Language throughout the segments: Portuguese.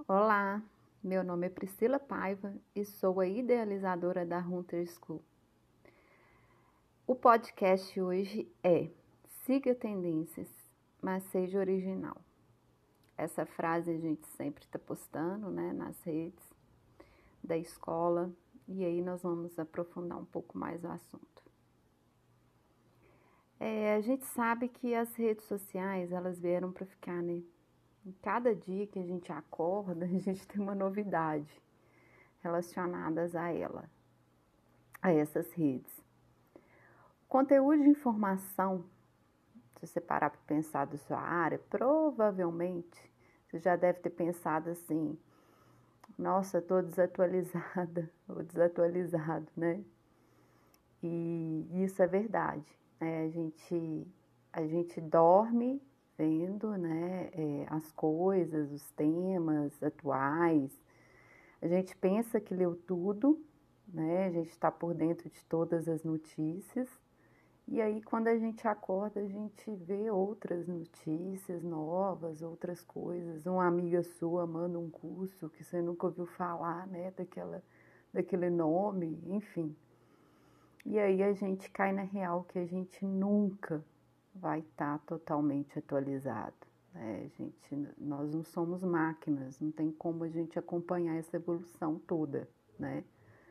Olá, meu nome é Priscila Paiva e sou a idealizadora da Hunter School. O podcast hoje é Siga tendências, mas seja original. Essa frase a gente sempre está postando, nas redes da escola, e aí nós vamos aprofundar um pouco mais o assunto. A gente sabe que as redes sociais, elas vieram para ficar, né? Em cada dia que a gente acorda, a gente tem uma novidade relacionadas a essas redes. Conteúdo de informação, se você parar para pensar da sua área, provavelmente você já deve ter pensado assim, nossa, estou desatualizada ou desatualizado, né? E isso é verdade, né? A gente dorme vendo, né, as coisas, os temas atuais. A gente pensa que leu tudo, né? A gente está por dentro de todas as notícias. E aí, quando a gente acorda, a gente vê outras notícias novas, outras coisas. Uma amiga sua manda um curso que você nunca ouviu falar, né? Daquele nome, enfim. E aí a gente cai na real que a gente nunca vai estar totalmente atualizado, né? Nós não somos máquinas, não tem como a gente acompanhar essa evolução toda, né?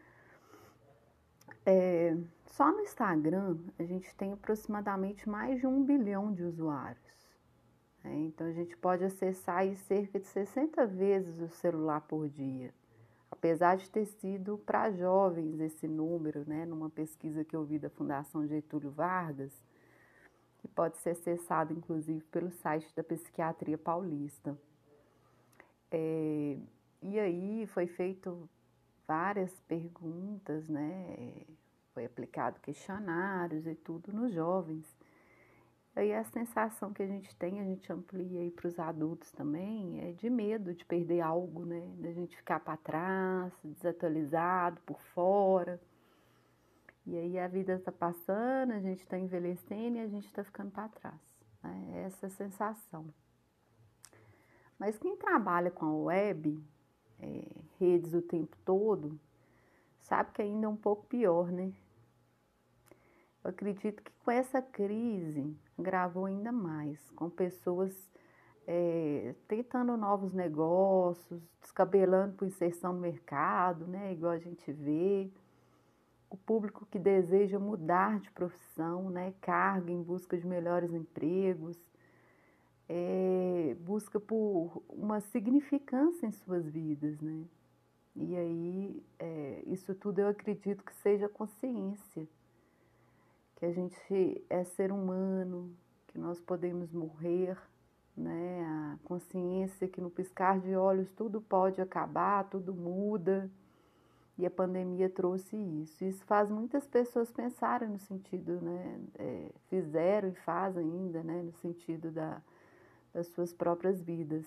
Só no Instagram a gente tem aproximadamente mais de 1 bilhão de usuários, né? Então a gente pode acessar aí cerca de 60 vezes o celular por dia. Apesar de ter sido para jovens esse número, né? Numa pesquisa que eu vi da Fundação Getúlio Vargas, que pode ser acessado inclusive pelo site da Psiquiatria Paulista. E aí foi feito várias perguntas, né? Foi aplicado questionários e tudo nos jovens. Aí a sensação que a gente amplia aí para os adultos também, é de medo de perder algo, né? Da gente ficar para trás, desatualizado, por fora. E aí a vida está passando, a gente está envelhecendo e a gente está ficando para trás, né? Essa é a sensação. Mas quem trabalha com a web, redes o tempo todo, sabe que ainda é um pouco pior, né? Eu acredito que com essa crise agravou ainda mais, com pessoas tentando novos negócios, descabelando por inserção no mercado, né? Igual a gente vê. O público que deseja mudar de profissão, né? Carga em busca de melhores empregos, busca por uma significância em suas vidas, né? E aí, isso tudo eu acredito que seja consciência, que a gente é ser humano, que nós podemos morrer, né? A consciência que no piscar de olhos tudo pode acabar, tudo muda, e a pandemia trouxe isso. Isso faz muitas pessoas pensarem no sentido, né? Fizeram e fazem ainda, né? No sentido das suas próprias vidas.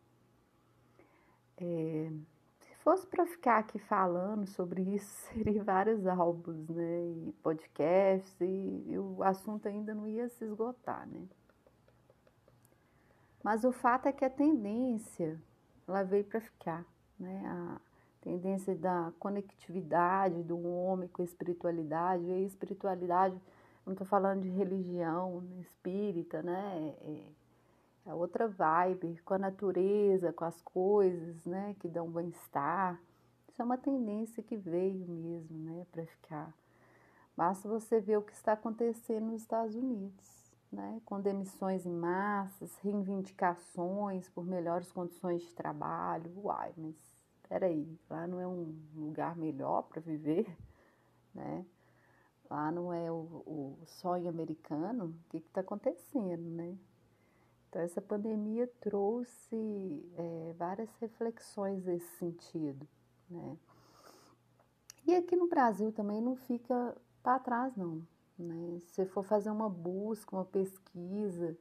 Se fosse para ficar aqui falando sobre isso, seria vários álbuns, né? E podcasts, e o assunto ainda não ia se esgotar, né? Mas o fato é que a tendência, ela veio para ficar, né? A tendência da conectividade do homem com a espiritualidade, e a espiritualidade, não estou falando de religião, né? Espírita, né? É outra vibe, com a natureza, com as coisas, né? Que dão bem-estar. Isso é uma tendência que veio mesmo, né? Para ficar. Basta você ver o que está acontecendo nos Estados Unidos, né? Com demissões em massas, reivindicações por melhores condições de trabalho. Uai, mas peraí, lá não é um lugar melhor para viver, né? Lá não é o sonho americano. O que está acontecendo, né? Então, essa pandemia trouxe várias reflexões nesse sentido, né? E aqui no Brasil também não fica para trás, não, né? Se você for fazer uma busca, uma pesquisa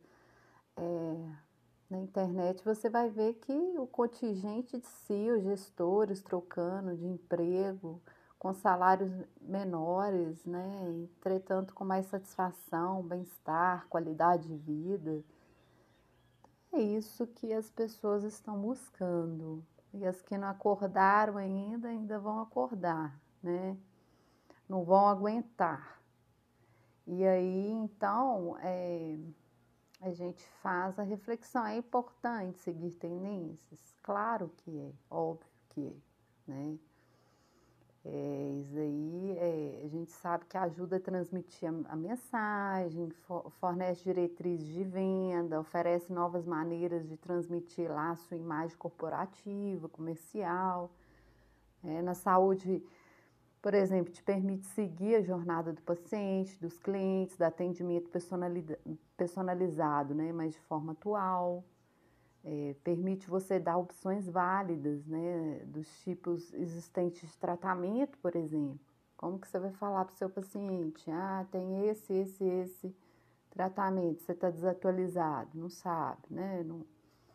na internet, você vai ver que o contingente de CEOs, gestores trocando de emprego, com salários menores, né? Entretanto, com mais satisfação, bem-estar, qualidade de vida. É isso que as pessoas estão buscando. E as que não acordaram ainda vão acordar, né? Não vão aguentar. E aí, então, a gente faz a reflexão. É importante seguir tendências? Claro que é, óbvio que é, né? Isso aí a gente sabe que ajuda a transmitir a mensagem, fornece diretrizes de venda, oferece novas maneiras de transmitir lá a sua imagem corporativa, comercial. Na saúde, por exemplo, te permite seguir a jornada do paciente, dos clientes, do atendimento personalizado, né, mas de forma atual. Permite você dar opções válidas, né, dos tipos existentes de tratamento, por exemplo. Como que você vai falar para o seu paciente? Ah, tem esse tratamento, você está desatualizado, não sabe, né? Não,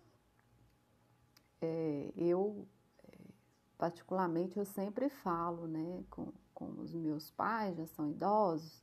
eu, particularmente, eu sempre falo, né, com os meus pais, já são idosos,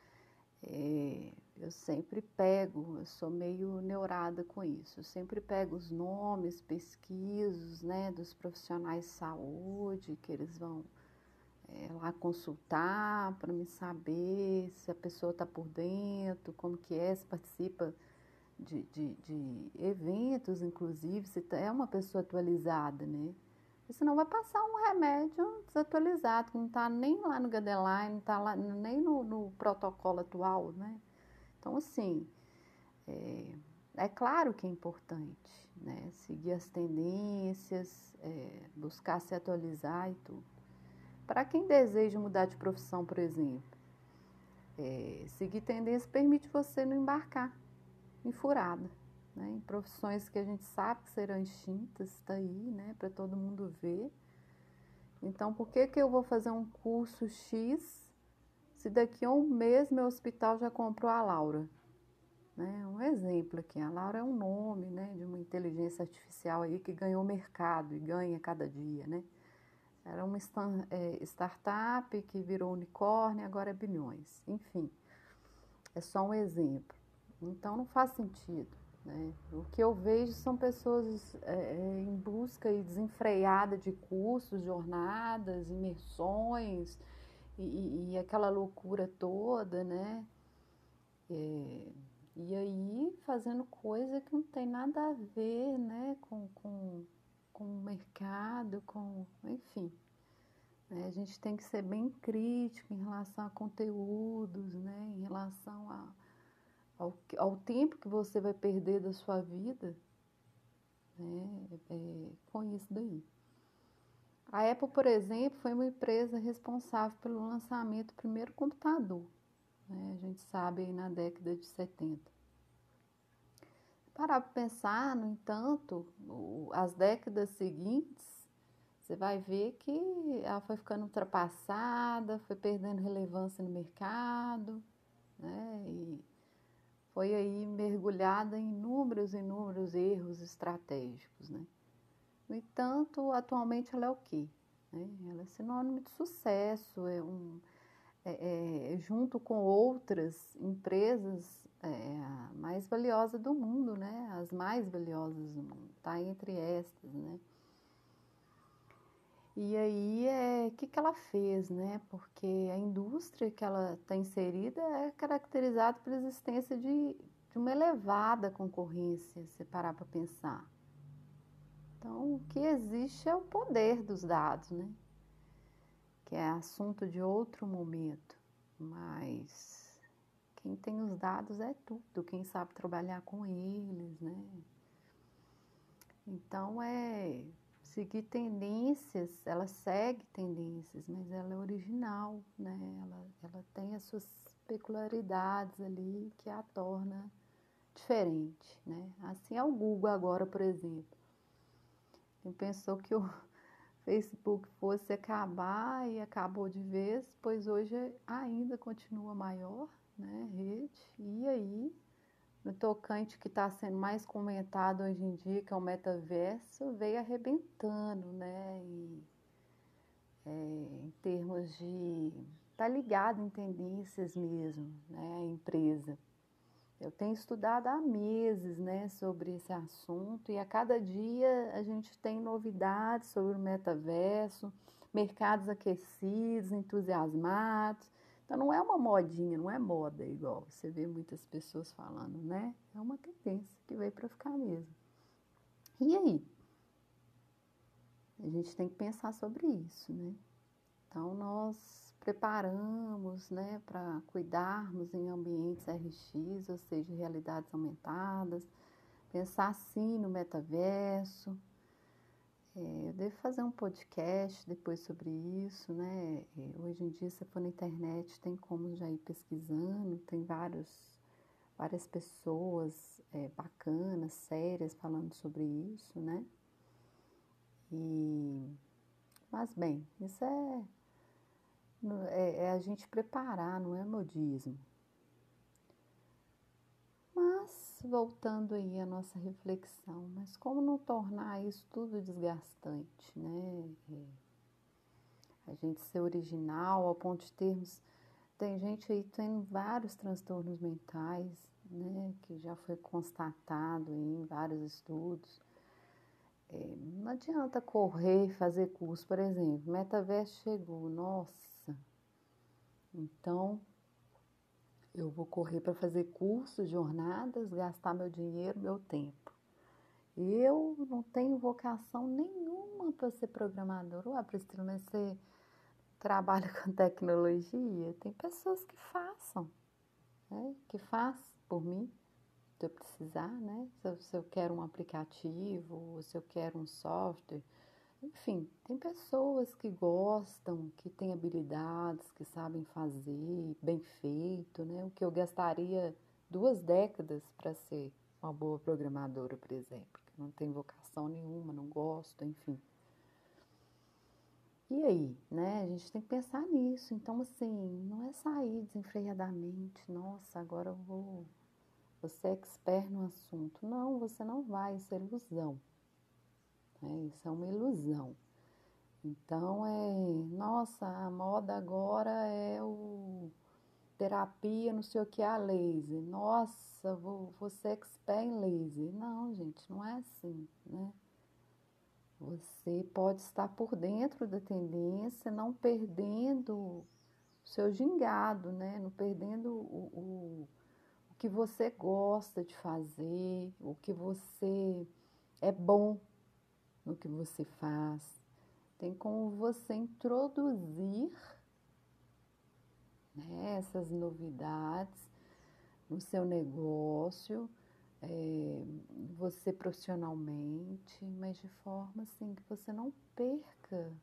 eu sempre pego, eu sou meio neurada com isso, eu sempre pego os nomes, pesquisos, né, dos profissionais de saúde, que eles vão lá consultar para me saber se a pessoa está por dentro, como que é, se participa de eventos, inclusive, se é uma pessoa atualizada, né? Porque senão vai passar um remédio desatualizado, que não está nem lá no guideline, não está lá nem no protocolo atual, né? Então, assim, é claro que é importante, né? Seguir as tendências, buscar se atualizar e tudo. Para quem deseja mudar de profissão, por exemplo, seguir tendências permite você não embarcar em furada, né? Em profissões que a gente sabe que serão extintas, está aí, né? Para todo mundo ver. Então, por que eu vou fazer um curso X se daqui a um mês meu hospital já comprou a Laura? Né? Um exemplo aqui, a Laura é um nome, né, de uma inteligência artificial aí que ganhou mercado e ganha cada dia, né? Era uma startup que virou unicórnio e agora é bilhões. Enfim, é só um exemplo. Então não faz sentido, né? O que eu vejo são pessoas em busca e desenfreada de cursos, jornadas, imersões e aquela loucura toda, né? E aí fazendo coisa que não tem nada a ver, né, com o mercado, enfim. Né? A gente tem que ser bem crítico em relação a conteúdos, né, em relação ao tempo que você vai perder da sua vida, né, com isso daí. A Apple, por exemplo, foi uma empresa responsável pelo lançamento do primeiro computador, né, a gente sabe aí na década de 70. Parar para pensar, no entanto, as décadas seguintes, você vai ver que ela foi ficando ultrapassada, foi perdendo relevância no mercado, né? E foi aí mergulhada em inúmeros erros estratégicos, né? No entanto, atualmente ela é o quê? Ela é sinônimo de sucesso, junto com outras empresas mais valiosas do mundo, né? As mais valiosas do mundo, está entre estas, né? E aí, que ela fez, né? Porque a indústria que ela está inserida é caracterizada pela existência de uma elevada concorrência, se parar para pensar. Então, o que existe é o poder dos dados, né? Que é assunto de outro momento, mas quem tem os dados é tudo, quem sabe trabalhar com eles, né? Então, seguir tendências, ela segue tendências, mas ela é original, né? Ela tem as suas peculiaridades ali que a torna diferente, né? Assim é o Google agora, por exemplo. Quem pensou que o Facebook fosse acabar e acabou de vez, pois hoje ainda continua maior, né, rede. E aí, no tocante que está sendo mais comentado hoje em dia, que é o metaverso, veio arrebentando, né, em termos de estar ligado em tendências mesmo, né, a empresa. Eu tenho estudado há meses, né, sobre esse assunto e a cada dia a gente tem novidades sobre o metaverso, mercados aquecidos, entusiasmados. Então não é uma modinha, não é moda igual você vê muitas pessoas falando, né? É uma tendência que veio para ficar mesmo. E aí? A gente tem que pensar sobre isso, né? Então nós preparamos, né, para cuidarmos em ambientes RX, ou seja, realidades aumentadas, pensar sim no metaverso. Eu devo fazer um podcast depois sobre isso, né? Hoje em dia, se for na internet, tem como já ir pesquisando, tem várias pessoas bacanas, sérias, falando sobre isso, né? Mas bem, isso é a gente preparar, não é modismo. Mas, voltando aí à nossa reflexão, mas como não tornar isso tudo desgastante, né? A gente ser original ao ponto de termos... Tem gente aí que tem vários transtornos mentais, né? Que já foi constatado em vários estudos. Não adianta correr e fazer curso, por exemplo, metaverso chegou, nossa, então eu vou correr para fazer cursos, jornadas, gastar meu dinheiro, meu tempo. Eu não tenho vocação nenhuma para ser programador. Ué, Priscila, mas você trabalha com tecnologia? Tem pessoas que façam, né? Que faz por mim, se eu precisar, né? Se eu quero um aplicativo, ou se eu quero um software. Enfim, tem pessoas que gostam, que têm habilidades, que sabem fazer bem feito, né? O que eu gastaria 2 décadas para ser uma boa programadora, por exemplo, que não tem vocação nenhuma, não gosto, enfim. E aí, né? A gente tem que pensar nisso. Então, assim, não é sair desenfreadamente, nossa, agora eu vou ser expert no assunto. Não, você não vai, isso é ilusão, né? Isso é uma ilusão. Então, nossa, a moda agora é o terapia, não sei o que, a laser. Nossa, vou ser expert em laser. Não, gente, não é assim, né? Você pode estar por dentro da tendência, não perdendo o seu gingado, né? Não perdendo o que você gosta de fazer, o que você é bom no que você faz. Tem como você introduzir, né, essas novidades no seu negócio, você profissionalmente, mas de forma assim que você não perca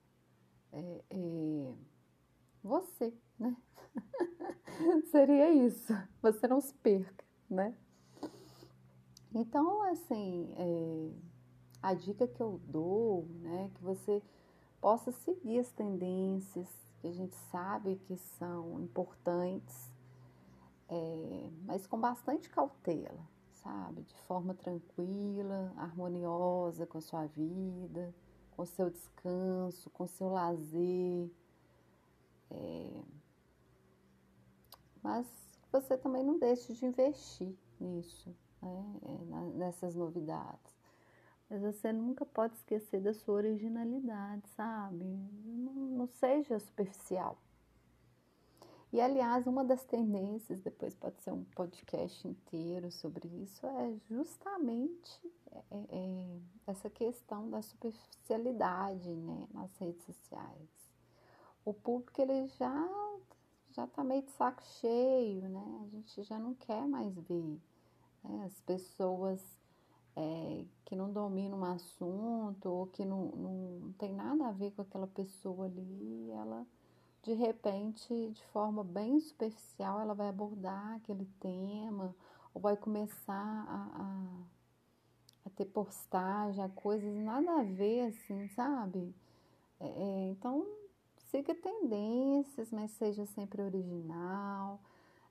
você, né? Seria isso, você não se perca, né? Então, assim, a dica que eu dou, né, que você possa seguir as tendências que a gente sabe que são importantes, mas com bastante cautela, sabe? De forma tranquila, harmoniosa com a sua vida, com o seu descanso, com o seu lazer, mas você também não deixe de investir nisso, né? Nessas novidades. Mas você nunca pode esquecer da sua originalidade, sabe? Não seja superficial. E, aliás, uma das tendências, depois pode ser um podcast inteiro sobre isso, é justamente essa questão da superficialidade, né, nas redes sociais. O público, ele já tá meio de saco cheio, né? A gente já não quer mais ver, né, as pessoas que não dominam um assunto ou que não tem nada a ver com aquela pessoa ali, ela de repente, de forma bem superficial, ela vai abordar aquele tema ou vai começar a ter postagem, a coisas nada a ver, assim, sabe? Então, siga tendências, mas seja sempre original,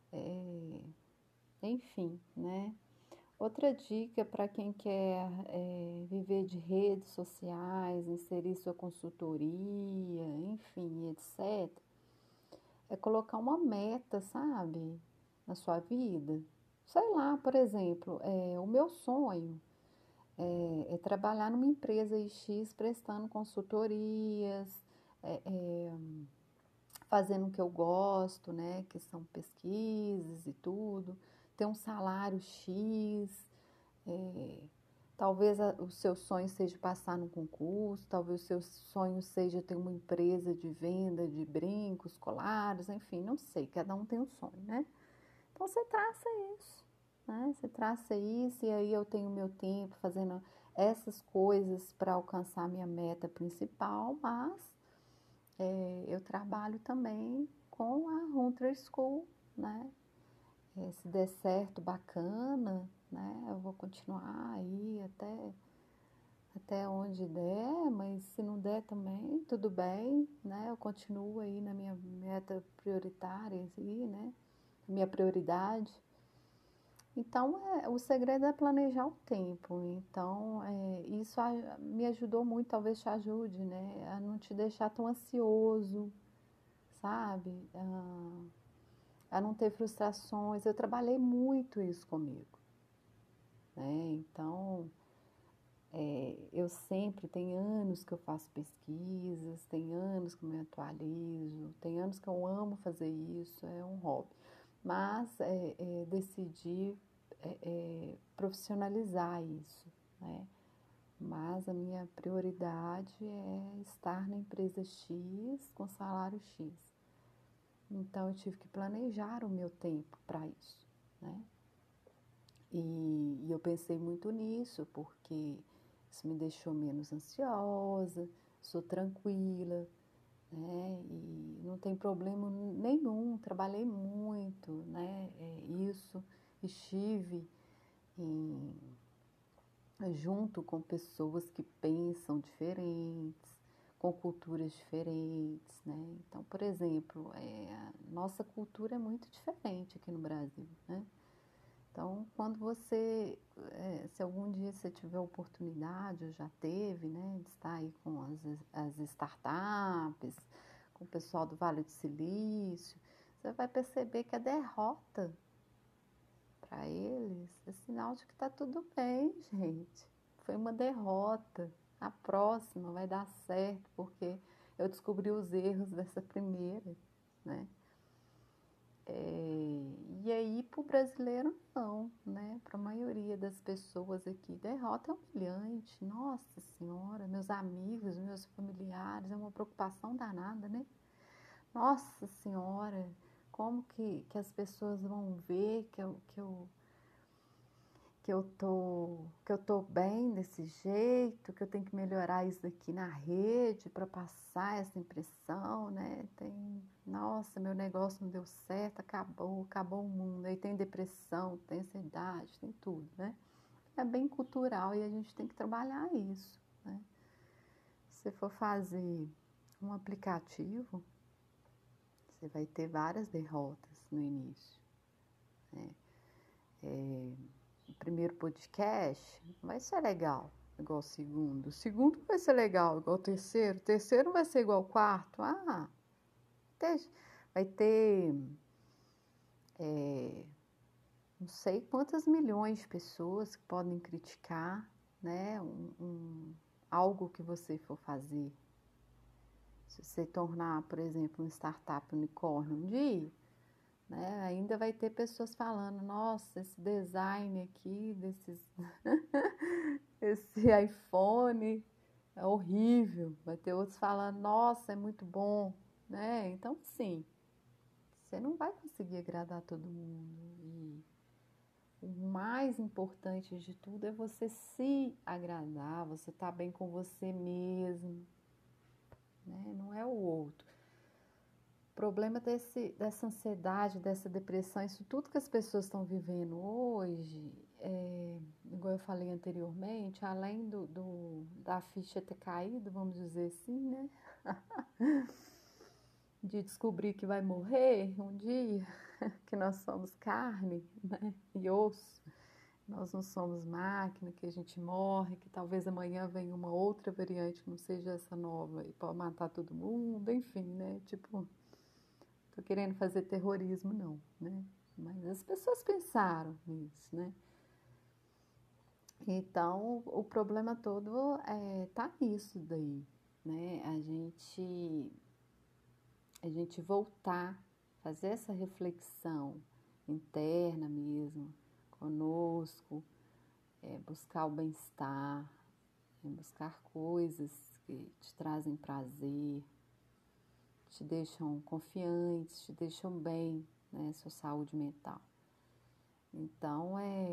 enfim, né? Outra dica para quem quer viver de redes sociais, inserir sua consultoria, enfim, etc., é colocar uma meta, sabe, na sua vida. sei lá, por exemplo, o meu sonho é trabalhar numa empresa X prestando consultorias, é, é, fazendo o que eu gosto, né? Que são pesquisas e tudo, ter um salário X, é, talvez o seu sonho seja passar num concurso, talvez o seu sonho seja ter uma empresa de venda de brincos, colares, enfim, não sei, cada um tem um sonho, né? Então você traça isso, né? Você traça isso e aí eu tenho meu tempo fazendo essas coisas para alcançar minha meta principal, mas eu trabalho também com a Hunter School, né? Se der certo, bacana, né? Eu vou continuar aí até onde der, mas se não der também, tudo bem, né? Eu continuo aí na minha meta prioritária, assim, né? Minha prioridade. Então, o segredo é planejar o tempo. Então, isso me ajudou muito, talvez te ajude, né? A não te deixar tão ansioso, sabe? A não ter frustrações. Eu trabalhei muito isso comigo, né? Então, eu sempre, tem anos que eu faço pesquisas, tem anos que eu me atualizo, tem anos que eu amo fazer isso, é um hobby. Mas decidi profissionalizar isso, né? Mas a minha prioridade é estar na empresa X com salário X. Então eu tive que planejar o meu tempo para isso, né? E eu pensei muito nisso, porque isso me deixou menos ansiosa, sou tranquila, né? E não tem problema nenhum, trabalhei muito, né? Isso, estive em, junto com pessoas que pensam diferentes, com culturas diferentes, né? Então, por exemplo, a nossa cultura é muito diferente aqui no Brasil, né? Então, quando você, se algum dia você tiver oportunidade, ou já teve, né, de estar aí com as startups, com o pessoal do Vale do Silício, você vai perceber que a derrota para eles é sinal de que está tudo bem, gente. Foi uma derrota. A próxima vai dar certo, porque eu descobri os erros dessa primeira, né? E aí, para o brasileiro, não, né? Para a maioria das pessoas aqui, derrota é humilhante. Nossa Senhora, meus amigos, meus familiares, é uma preocupação danada, né? Nossa Senhora, como que as pessoas vão ver que eu tô bem desse jeito, que eu tenho que melhorar isso daqui na rede para passar essa impressão, né? Nossa, meu negócio não deu certo, acabou o mundo. Aí tem depressão, tem ansiedade, tem tudo, né? É bem cultural e a gente tem que trabalhar isso, né? Se for fazer um aplicativo, você vai ter várias derrotas no início, né? O primeiro podcast vai ser legal, igual o segundo vai ser legal, igual o terceiro vai ser igual ao quarto. Vai ter não sei quantas milhões de pessoas que podem criticar, né, algo que você for fazer. Se você tornar, por exemplo, uma startup unicórnio um dia, né, ainda vai ter pessoas falando, nossa, esse design aqui, esse iPhone é horrível. Vai ter outros falando, nossa, é muito bom, né? Então, sim, você não vai conseguir agradar todo mundo. E o mais importante de tudo é você se agradar, você estar bem com você mesmo, né? Não é o outro. O problema dessa ansiedade, dessa depressão, isso tudo que as pessoas estão vivendo hoje, igual eu falei anteriormente, além da ficha ter caído, vamos dizer assim, né? De descobrir que vai morrer um dia, que nós somos carne, né? E osso, nós não somos máquina, que a gente morre, que talvez amanhã venha uma outra variante que não seja essa nova e pode matar todo mundo, enfim, né? Tipo, tô querendo fazer terrorismo, não, né? mas as pessoas pensaram nisso, né? Então, o problema todo tá nisso daí, né? A gente voltar, fazer essa reflexão interna mesmo, conosco, buscar o bem-estar, buscar coisas que te trazem prazer, te deixam confiantes, te deixam bem, né? Sua saúde mental. Então,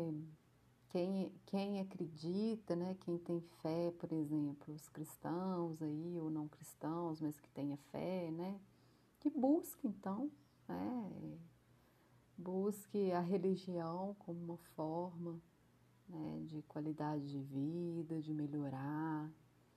quem acredita, né, quem tem fé, por exemplo, os cristãos aí, ou não cristãos, mas que tenha fé, né, que busque então, né, busque a religião como uma forma, né, de qualidade de vida, de melhorar.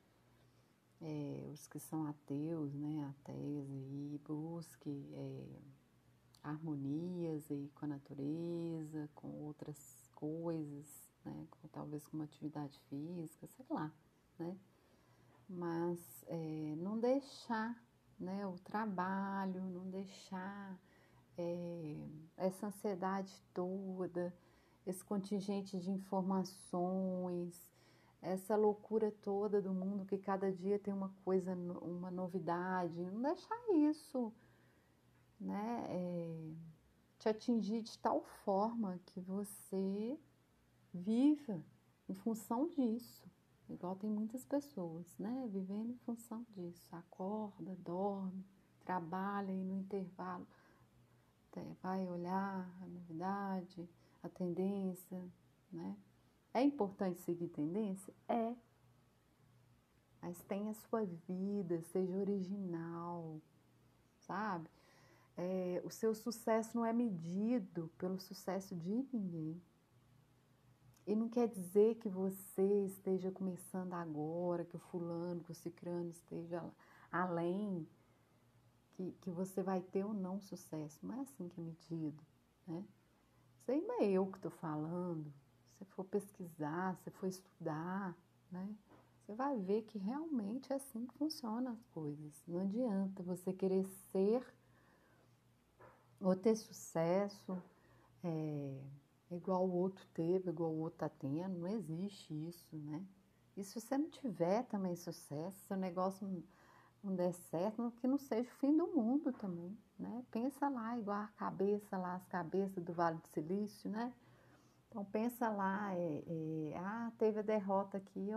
Os que são ateus, né, ateias aí, busque harmonias aí com a natureza, com outras coisas, né, talvez com uma atividade física, sei lá, né, mas não deixar, né, o trabalho, não deixar essa ansiedade toda, esse contingente de informações, essa loucura toda do mundo que cada dia tem uma coisa, uma novidade, não deixar isso, né, te atingir de tal forma que você viva em função disso. Igual tem muitas pessoas, né, vivendo em função disso. Acorda, dorme, trabalha e no intervalo vai olhar a novidade, a tendência, né? É importante seguir tendência? É. Mas tenha a sua vida, seja original, sabe? O seu sucesso não é medido pelo sucesso de ninguém. E não quer dizer que você esteja começando agora, que o fulano, que o cicrano esteja além, que você vai ter ou não sucesso. Não é assim que é medido, né? Isso aí não é eu que estou falando. Se for pesquisar, se for estudar, né? Você vai ver que realmente é assim que funcionam as coisas. Não adianta você querer ser ou ter sucesso igual o outro teve, igual o outro está tendo. Não existe isso, né? E se você não tiver também sucesso, se o negócio não der certo, que não seja o fim do mundo também, né? Pensa lá, igual a cabeça lá, as cabeças do Vale do Silício, né? Então pensa lá, teve a derrota aqui,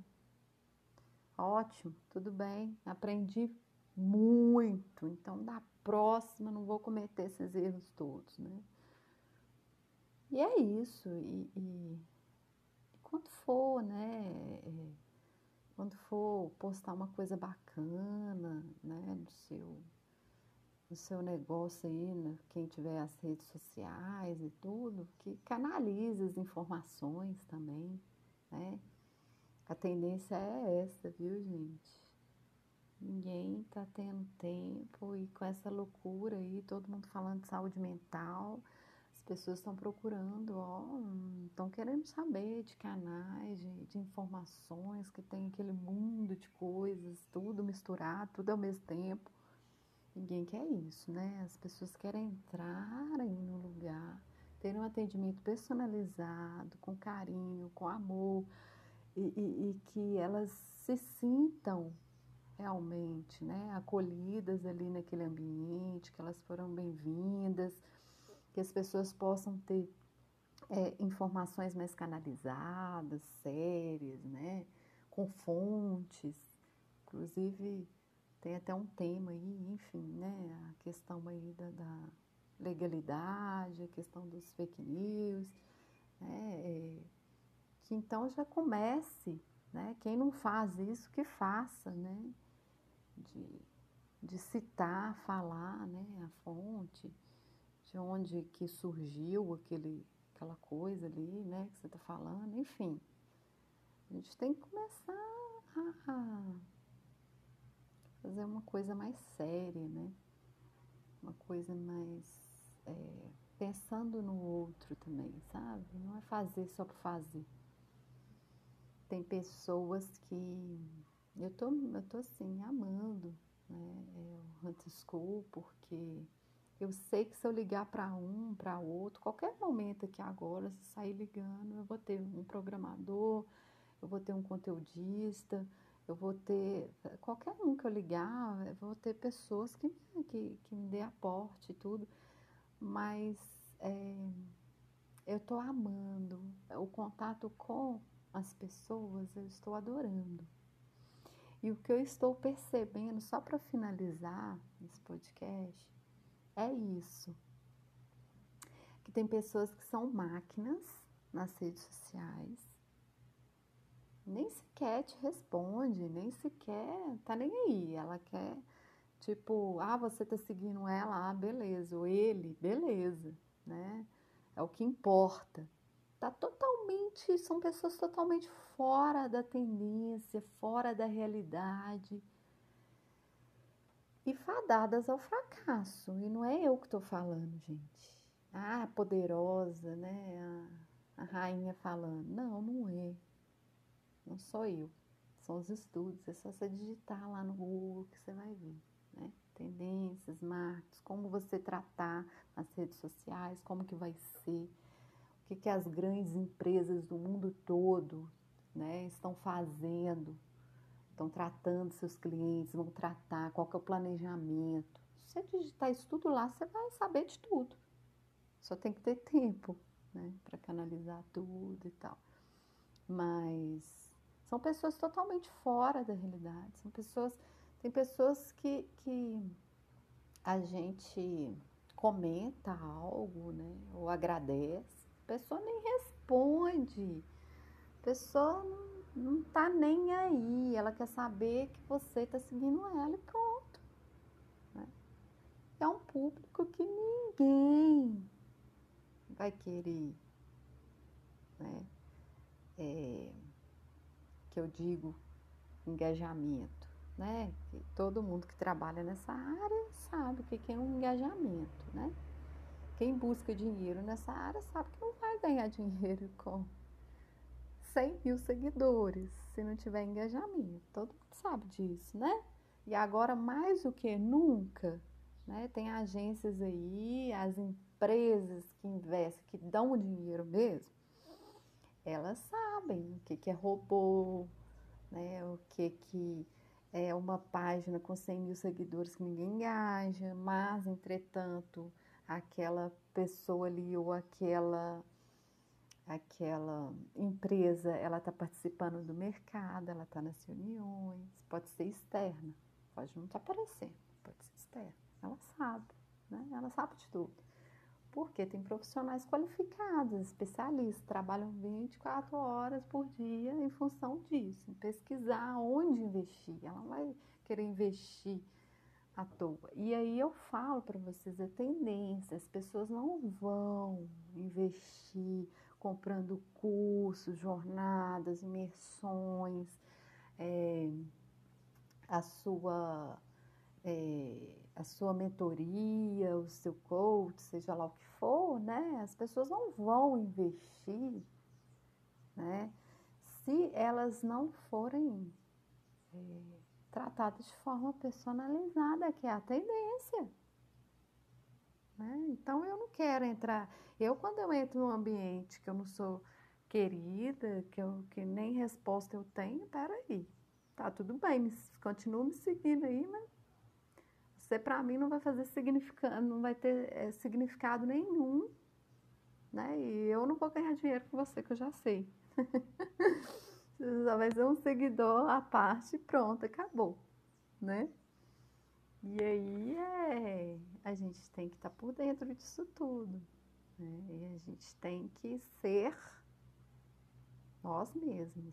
ótimo, tudo bem, aprendi muito, então da próxima não vou cometer esses erros todos, né? E é isso, e quando for, né, quando for postar uma coisa bacana, né, no seu negócio aí, né, quem tiver as redes sociais e tudo, que canalize as informações também, né? A tendência é essa, viu, gente? Ninguém tá tendo tempo e com essa loucura aí, todo mundo falando de saúde mental, as pessoas estão procurando, estão querendo saber de canais, de informações, que tem aquele mundo de coisas, tudo misturado, tudo ao mesmo tempo. Ninguém quer isso, né? As pessoas querem entrarem no lugar, terem um atendimento personalizado, com carinho, com amor, e que elas se sintam realmente, né, acolhidas ali naquele ambiente, que elas foram bem-vindas, que as pessoas possam ter informações mais canalizadas, sérias, né, com fontes, inclusive tem até um tema aí, enfim, né, a questão aí da legalidade, a questão dos fake news, né, que então já comece, né, quem não faz isso, que faça, né, de, de citar, falar, né, a fonte, de onde que surgiu aquela coisa ali, né, que você está falando, enfim. A gente tem que começar a fazer uma coisa mais séria, né, uma coisa mais pensando no outro também, sabe? Não é fazer só por fazer. Tem pessoas que eu tô assim, amando, né, o Hunter School, porque Eu sei que se eu ligar para um, para outro, qualquer momento aqui agora, se sair ligando, eu vou ter um programador, eu vou ter um conteudista, eu vou ter, qualquer um que eu ligar, eu vou ter pessoas que me dê aporte e tudo, mas eu estou amando o contato com as pessoas, eu estou adorando. E o que eu estou percebendo, só para finalizar esse podcast, é isso. Que tem pessoas que são máquinas nas redes sociais, nem sequer te responde, nem sequer tá nem aí. Ela quer, tipo, você tá seguindo ela, beleza. Ou ele, beleza, né? É o que importa. São pessoas totalmente fora da tendência, fora da realidade e fadadas ao fracasso. E não é eu que estou falando, gente. Poderosa, né? A rainha falando. Não, não é. Não sou eu. São os estudos. É só você digitar lá no Google que você vai ver, né? Tendências, marcos, como você tratar nas redes sociais, como que vai ser, o que as grandes empresas do mundo todo, né, estão fazendo, estão tratando seus clientes, vão tratar, qual que é o planejamento. Se você digitar isso tudo lá, você vai saber de tudo. Só tem que ter tempo, né, para canalizar tudo e tal. Mas são pessoas totalmente fora da realidade. Tem pessoas que a gente comenta algo, né, ou agradece, a pessoa nem responde, a pessoa não tá nem aí, ela quer saber que você tá seguindo ela e pronto, né? É um público que ninguém vai querer, né? Que eu digo engajamento, né? Que todo mundo que trabalha nessa área sabe o que é um engajamento, né? Quem busca dinheiro nessa área sabe que não vai ganhar dinheiro com 100 mil seguidores se não tiver engajamento. Todo mundo sabe disso, né? E agora, mais do que nunca, né? Tem agências aí, as empresas que investem, que dão o dinheiro mesmo, elas sabem o que é robô, né? O que é uma página com 100 mil seguidores que ninguém engaja, mas, entretanto, aquela pessoa ali ou aquela empresa, ela está participando do mercado, ela está nas reuniões, pode ser externa, pode não estar aparecendo, pode ser externa, ela sabe, né? Ela sabe de tudo. Porque tem profissionais qualificados, especialistas, trabalham 24 horas por dia em função disso, em pesquisar onde investir. Ela não vai querer investir à toa. E aí eu falo para vocês a tendência, as pessoas não vão investir comprando cursos, jornadas, imersões, a sua a sua mentoria, o seu coach, seja lá o que for, né? As pessoas não vão investir, né? Se elas não forem tratadas de forma personalizada, que é a tendência, né? Então eu não quero entrar. Quando eu entro num ambiente que eu não sou querida, que nem resposta eu tenho, peraí, tá tudo bem, continua me seguindo aí, mas você para mim não vai fazer significado, não vai ter significado nenhum, né? E eu não vou ganhar dinheiro com você, que eu já sei. Você só vai ser um seguidor à parte, pronto, acabou, né? E aí a gente tem que estar por dentro disso tudo, né? E a gente tem que ser nós mesmos.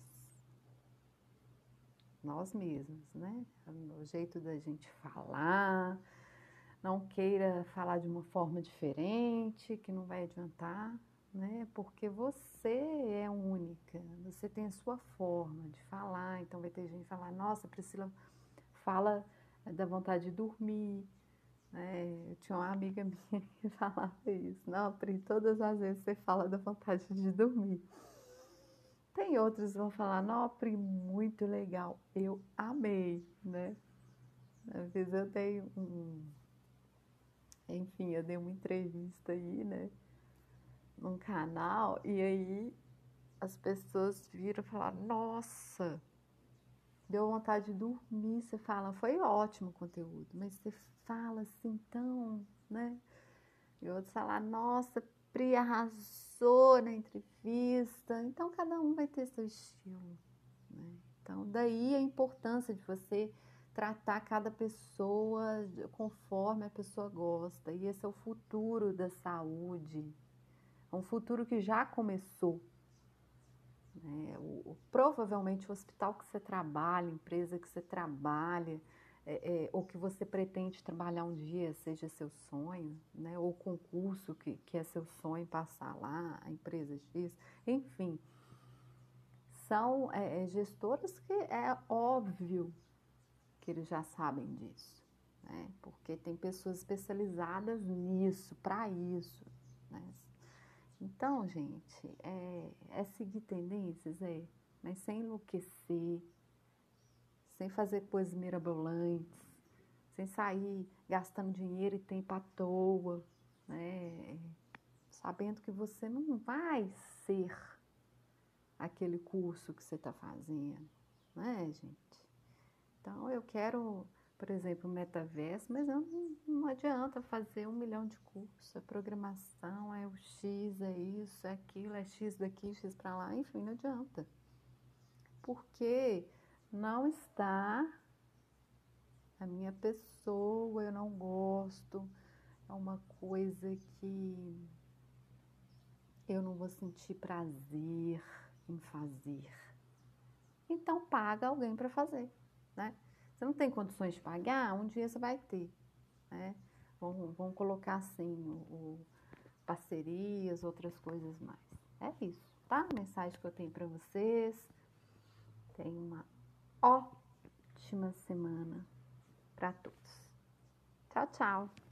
Nós mesmos, né? O jeito da gente falar, não queira falar de uma forma diferente, que não vai adiantar, né? Porque você é única, você tem a sua forma de falar, então vai ter gente que falar, nossa, Priscila fala da vontade de dormir, né? Eu tinha uma amiga minha que falava isso, não, Pri, todas as vezes você fala da vontade de dormir. Tem outros que vão falar, não, Pri, muito legal, eu amei, né? Às vezes eu tenho Enfim, eu dei uma entrevista aí, né, num canal, e aí as pessoas viram e falaram, nossa, deu vontade de dormir. Você fala, foi ótimo o conteúdo, mas você fala assim tão, né? E outros falam, nossa, Pri arrasou na entrevista. Então, cada um vai ter seu estilo, né? Então, daí a importância de você tratar cada pessoa conforme a pessoa gosta. E esse é o futuro da saúde. É um futuro que já começou, né? Provavelmente o hospital que você trabalha, a empresa que você trabalha, ou que você pretende trabalhar um dia, seja seu sonho, né? Ou concurso que é seu sonho passar lá, a empresa X, enfim, são gestoras que é óbvio que eles já sabem disso, né? Porque tem pessoas especializadas nisso, para isso, né? Então, gente, é seguir tendências, mas sem enlouquecer, sem fazer coisas mirabolantes, sem sair gastando dinheiro e tempo à toa, né? Sabendo que você não vai ser aquele curso que você está fazendo, né, gente? Então, eu quero, por exemplo, metaverso, mas não adianta fazer 1 milhão de cursos. É programação, é o X, é isso, é aquilo, é X daqui, X para lá, enfim, não adianta. Porque não está a minha pessoa, eu não gosto, é uma coisa que eu não vou sentir prazer em fazer. Então, paga alguém para fazer, né? Você não tem condições de pagar, um dia você vai ter, né? Vamos colocar assim, parcerias, outras coisas mais. É isso, tá? A mensagem que eu tenho para vocês. Tenham uma ótima semana para todos. Tchau, tchau!